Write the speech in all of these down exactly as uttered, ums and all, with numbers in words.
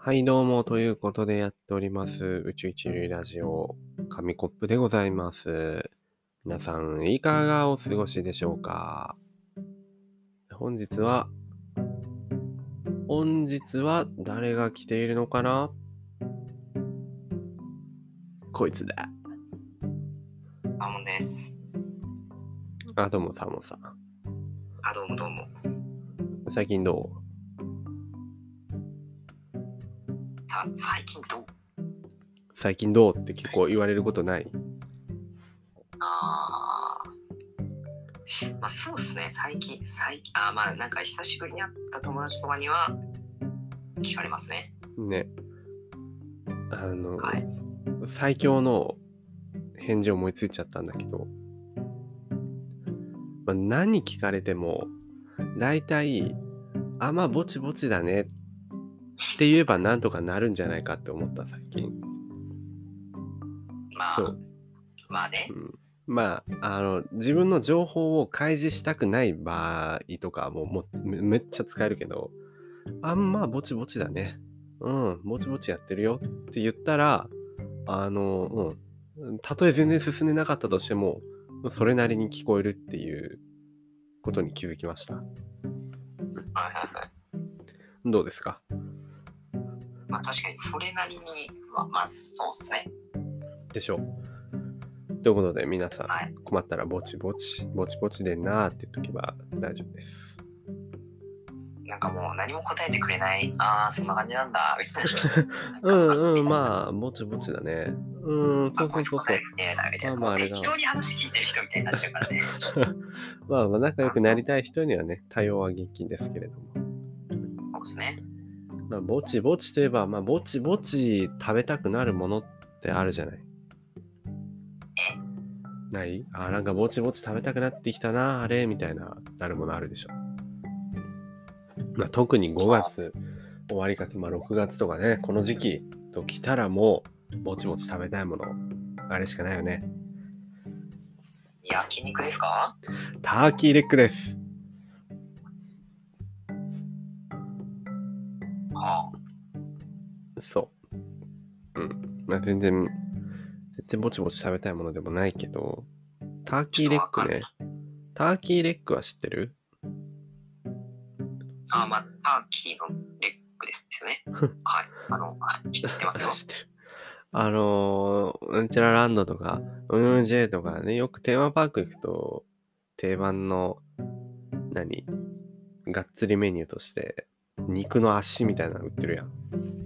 はいどうもということでやっております宇宙一流ラジオ紙コップでございます。皆さんいかがお過ごしでしょうか。本日は本日は誰が来ているのかな。こいつだ。 サモンです。 あ、どうもサモンさん。 あ、どうもどうも。 最近どう？ さ、最近どう？ 最近どうって結構言われることない？ あー、まあそうっすね。最近、最近、あーまあなんか久しぶりに会った友達とかには聞かれますね。 ね。あの、 はい。 最強の返事思いついちゃったんだけど、まあ、何聞かれても大体あまあぼちぼちだねって言えばなんとかなるんじゃないかって思った最近。 まあ、 そう。 まあね。 うん、まあ、あの、自分の情報を開示したくない場合とかももうめめっちゃ使えるけど、あんまぼちぼちだね。うん、ぼちぼちやってるよって言ったら、あの、うん、たとえ全然進んでなかったとしても、それなりに聞こえるっていうことに気づきました。 はいはいはい。 どうですか？ まあ確かにそれなりに、まあまあそうっすね。 でしょう。ということで皆さん、 はい。 困ったらぼちぼち、ぼちぼちでんなーって言っとけば大丈夫です。 なんかもう何も答えてくれない。ああ、そんな感じなんだ。みたいな。 うんうん、 あまあ、ぼちぼちだね。うん、そあ、 うそうそうそう。 こいつ答えてねえな、みたいな。 まあまあ、あれだわ。 もう適当に話聞いてる人みたいになっちゃうからね。 まあまあ、仲良くなりたい人にはね、多様は激禁ですけれども。 そうですね。 まあ、ぼちぼちといえば、まあ、ぼちぼち食べたくなるものってあるじゃない。 えないあ、なんかぼちぼち食べたくなってきたな、あれみたいな、なるものあるでしょ。まあ、特にごがつ終わりかけ、まあ、ろくがつとかね、この時期と来たらもう、ぼちぼち食べたいもの、あれしかないよね。 焼肉ですか？ ターキーレッグです。 あそう。うん。まあ、全然、全然ぼちぼち食べたいものでもないけど、ターキーレッグね。ターキーレッグは知ってる？ ああ、まあ、ターキーのレッグですよね。はい。あの、はい、知ってますよ。 知ってる。あのー、うんちゃらランドとか、うん ジェイ とかね、よくテーマパーク行くと、定番の、何がっつりメニューとして、肉の足みたいなの売ってるやん。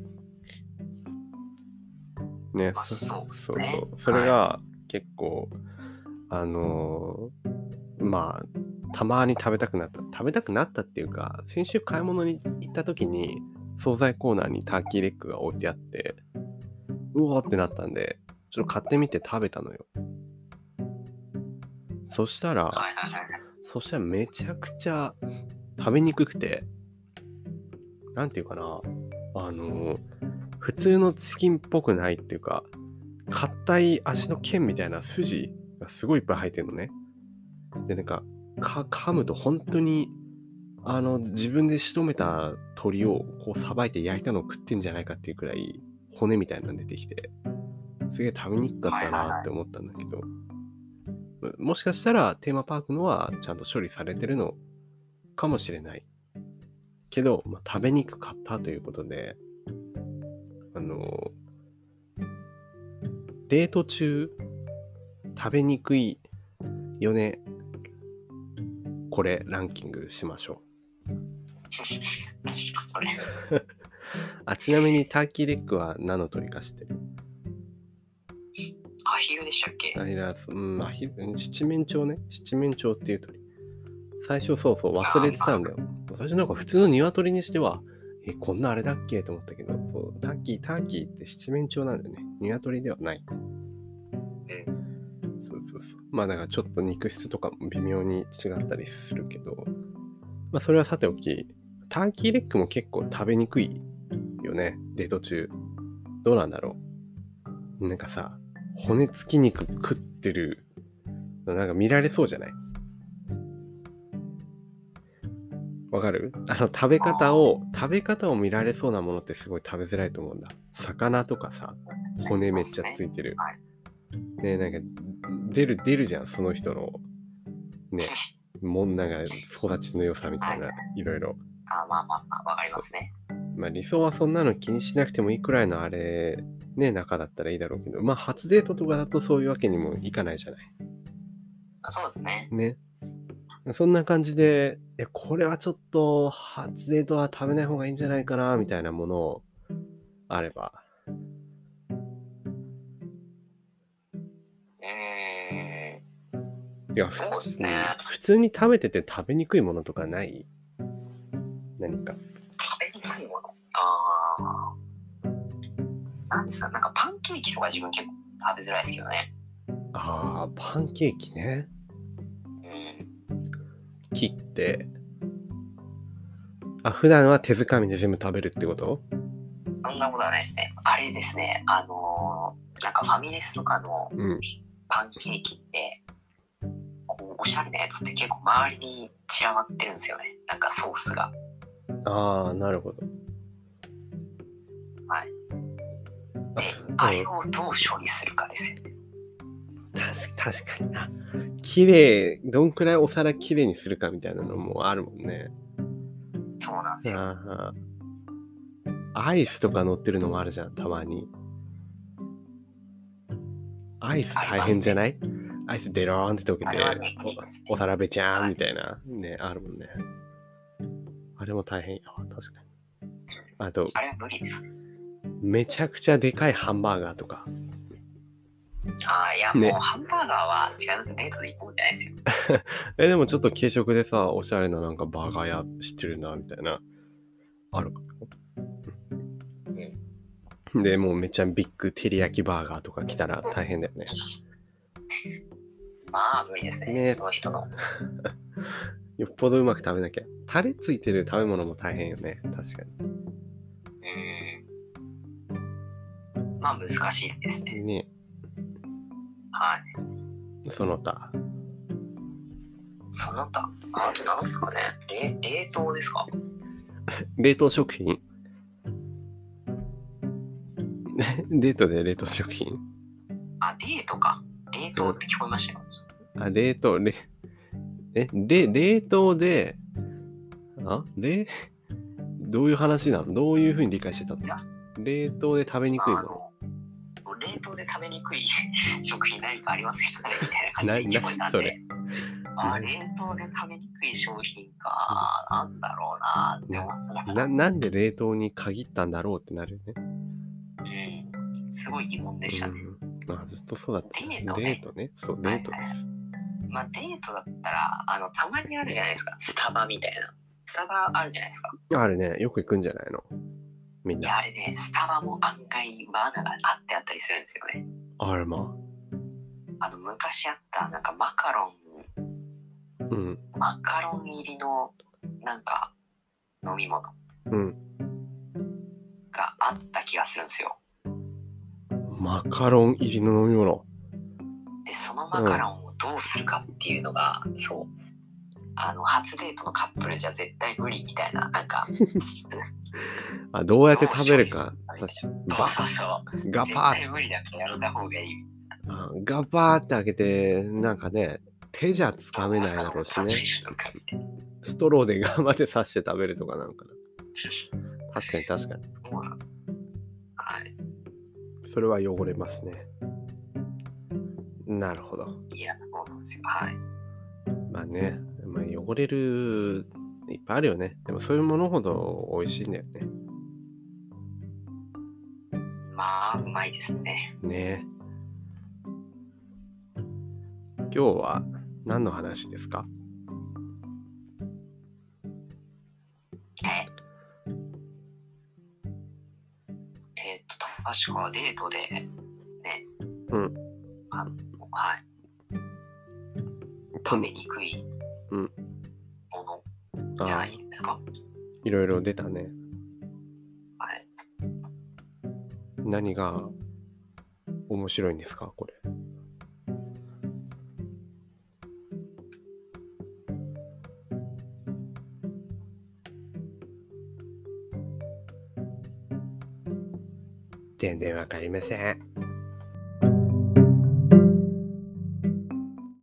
ね、 まあ、 そそうですそうね。 そう。それはい。 が結構、あのーまあ、たまに食べたくなった。食べたくなったっていうか、先週買い物に行った時に、惣菜コーナーにターキーレッグが置いてあって、うおーってなったんで、ちょっと買ってみて食べたのよ。そしたら、 はいはいはい。 そしたらめちゃくちゃ食べにくくて、なんていうかな、あのー普通のチキンっぽくないっていうか、硬い足の腱みたいな筋がすごいいっぱい入ってるのね。で、なんか、か噛むと本当に、あの、自分で仕留めた鳥をこうさばいて焼いたのを食ってんじゃないかっていうくらい、骨みたいなの出てきて、すげえ食べにくかったなって思ったんだけど、もしかしたらテーマパークのはちゃんと処理されてるのかもしれない。けど、まあ、食べにくかったということで、あの、デート中、食べにくいよね、これランキングしましょ何ですか、それ。 う。あ、ちなみにターキーレッグは何の鳥か知ってる？ アヒルでしたっけ？ アヒラス、うん、アヒル、七面鳥ね。七面鳥っていう鳥。最初そうそう忘れてたんだよ。最初なんか普通の鶏にしては、え、こんなあれだっけと思ったけど、そう、ターキー、ターキーって七面鳥なんだよね。鶏ではない。 うん。 そうそうそう。まあだからちょっと肉質とかも微妙に違ったりするけど、まあそれはさておき、ターキーレッグも結構食べにくいよね、デート中。どうなんだろう。なんかさ、骨付き肉食ってるのなんか見られそうじゃない？ わかる？あの食べ方を食べ方を見られそうなものってすごい食べづらいと思うんだ。魚とかさ、骨めっちゃついてる。 はい。 ね、なんか出る出るじゃん、その人のね、もんなんか育ちの良さみたいな、 はいいろいろ。 あまあまあまあ、わかりますね。 まあ理想はそんなの気にしなくてもいいくらいのあれ、ね、中だったらいいだろうけど、まあ初デートとかだとそういうわけにもいかないじゃない。 そうですね。 ね。そんな感じで、いや、これはちょっと初デートは食べない方がいいんじゃないかな、みたいなものをあれば。 うーん。 いや、 そうですうんね。 普通に食べてて食べにくいものとかない？何か。 食べにくいもの。ああ。なんですか、なんかパンケーキとか自分結構食べづらいですけどね。 ああ、パンケーキね。 うん。 切って。あ、普段は手づかみで全部食べるってこと？ そんなことはないですね。あれですね、あのーなんかファミレスとかのうん。 パンケーキって、こう、おしゃれなやつって結構周りに散らばってるんですよね。なんかソースが。 ああ、なるほど。 はい。 あ、 で、 そうあれをどう処理するかですよね。 確か確かにな。綺麗、どんくらいお皿綺麗にするかみたいなのもあるもんね。 そうなんですよ。 ああ、アイスとか乗ってるのもあるじゃん、たまに。アイス大ありますね。 変じゃない？アイスデローンって溶けてあれはね、いいですね。 お、お皿べちゃーはい。 んみたいなね、あるもんね。あれも大変よ、確かに。あと、 あれは無理ですね。 めちゃくちゃでかいハンバーガーとか。 ああ、いやもうね。 ハンバーガーは違います。デートで行こうじゃないですよ。 え、でもちょっと軽食でさ、おしゃれななんかバーガー屋知ってるな、みたいな。あるかうん。 で、もうめっちゃビッグ照り焼きバーガーとか来たら大変だよね。 まあ無理ですね。 ね。 その人の。 よっぽどうまく食べなきゃ。タレついてる食べ物も大変よね。確かうん。まあ難しいですね。 に。ね。 はい。 その他。 その他、あと何ですかね。冷冷凍ですか？ 冷凍食品デートで冷凍食品あ、デートか。冷凍って聞こえましたよ。 あ、冷凍、冷、え、冷、冷凍で、あ冷、どういう話なの？どういう風に理解してたの？ いや、 冷凍で食べにくいあもの、冷凍で食べにくい食品何かありますかねみたいなの。な、 感じで聞こえたな、それ。 んで。あ、 な冷凍で食べにくい商品か。なんだろうなって思ったかな、 ら。 なんで冷凍に限ったんだろうってなるよね。 うん。すごい疑問でしたね。 うん。あ、ずっとそうだった。 デートねデートね。そう、デートです。 まあデートだったら、あの、たまにあるじゃないですか。スタバみたいな。スタバあるじゃないですか。 あるね。よく行くんじゃないの？みんいや、 な。 あれね、スタバも案外バナがあってあったりするんですよね。 あれまあの、昔あった、なんかマカロン、 うん。 マカロン入りの、なんか、飲み物うん。 があった気がするんですよ。 マカロン入りの飲み物。 で、そのマカロンをどうするかっていうのが、そう、あの、初デートのカップルじゃ絶対無理みたいな、なんか、 あ、どうやって食べるか。 どう確かに。 そうバそうそう。絶ガパ対無理だからやめた方がいい。 あガバーって開けて、なんかね、手じゃつかめないだろうしね。ストローで頑張って刺して食べるとかなのかな。確かに確かに。 そうなんです。はい。 それは汚れますね。なるほど。 いや、そうなんですよ。はい。 まあね、まあ、汚れる、いっぱいあるよね。でもそういうものほど美味しいんだよね。 まあ、うまいですね。 ね今日は何の話ですか？ ええーっと、確かデートで、ね、 うん。 あの、はい。食べにくいうんものじゃああないですか。 いろいろ出たね。 はい。 何が面白いんですかこれ？ 全然わかりません。